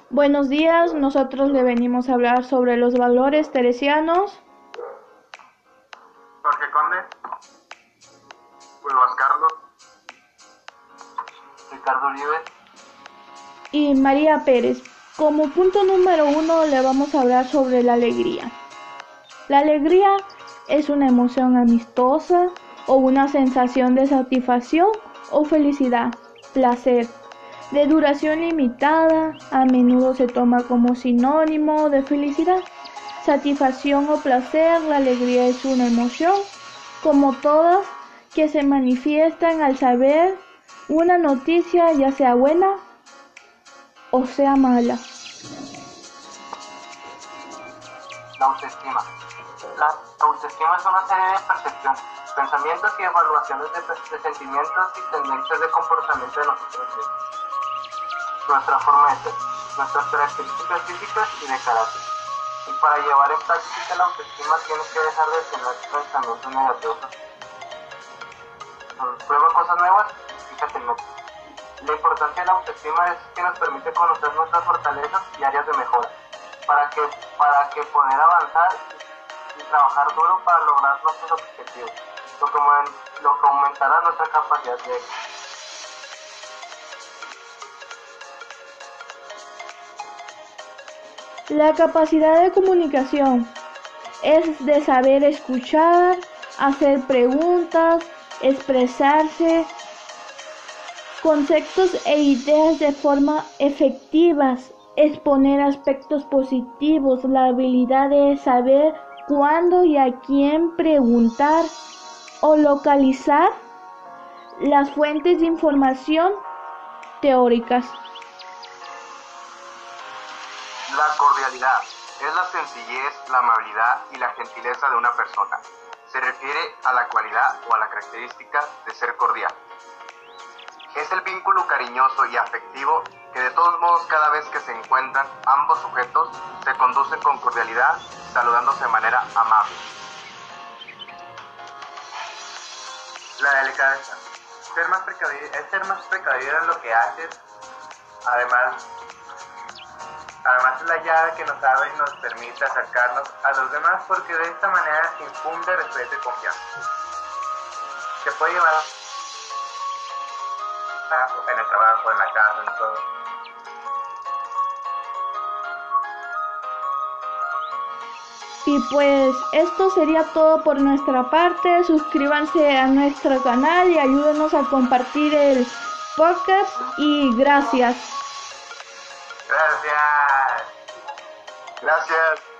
Buenos días, nosotros le venimos a hablar sobre los valores teresianos. Jorge Conde, Luis Carlos, Ricardo Uribe Y María Pérez. Como punto número 1 le vamos a hablar sobre la alegría. La alegría es una emoción amistosa o una sensación de satisfacción o felicidad, placer, de duración limitada, a menudo se toma como sinónimo de felicidad, satisfacción o placer. La alegría es una emoción, como todas, que se manifiestan al saber una noticia, ya sea buena o sea mala. La autoestima. La autoestima es una serie de percepciones, pensamientos y evaluaciones de sentimientos y tendencias de comportamiento de nosotros mismos. Nuestra forma de ser, nuestras características físicas y de carácter. Y para llevar en práctica la autoestima tienes que dejar de tener pensamientos negativos. Prueba cosas nuevas, fíjate en metas. La importancia de la autoestima es que nos permite conocer nuestras fortalezas y áreas de mejora, para que poder avanzar y trabajar duro para lograr nuestros objetivos, lo que aumentará nuestra capacidad de éxito. La capacidad de comunicación es de saber escuchar, hacer preguntas, expresarse conceptos e ideas de forma efectivas, exponer aspectos positivos, la habilidad de saber cuándo y a quién preguntar o localizar las fuentes de información teóricas. La cordialidad es la sencillez, la amabilidad y la gentileza de una persona. Se refiere a la cualidad o a la característica de ser cordial. Es el vínculo cariñoso y afectivo que de todos modos cada vez que se encuentran ambos sujetos se conducen con cordialidad, saludándose de manera amable. La delicadeza es ser más precavido en lo que haces. Además es la llave que nos abre y nos permite acercarnos a los demás, porque de esta manera se infunde respeto y confianza. Se puede llevar en el trabajo, en la casa, en todo. Y pues esto sería todo por nuestra parte. Suscríbanse a nuestro canal y ayúdenos a compartir el podcast. Y gracias. Gracias.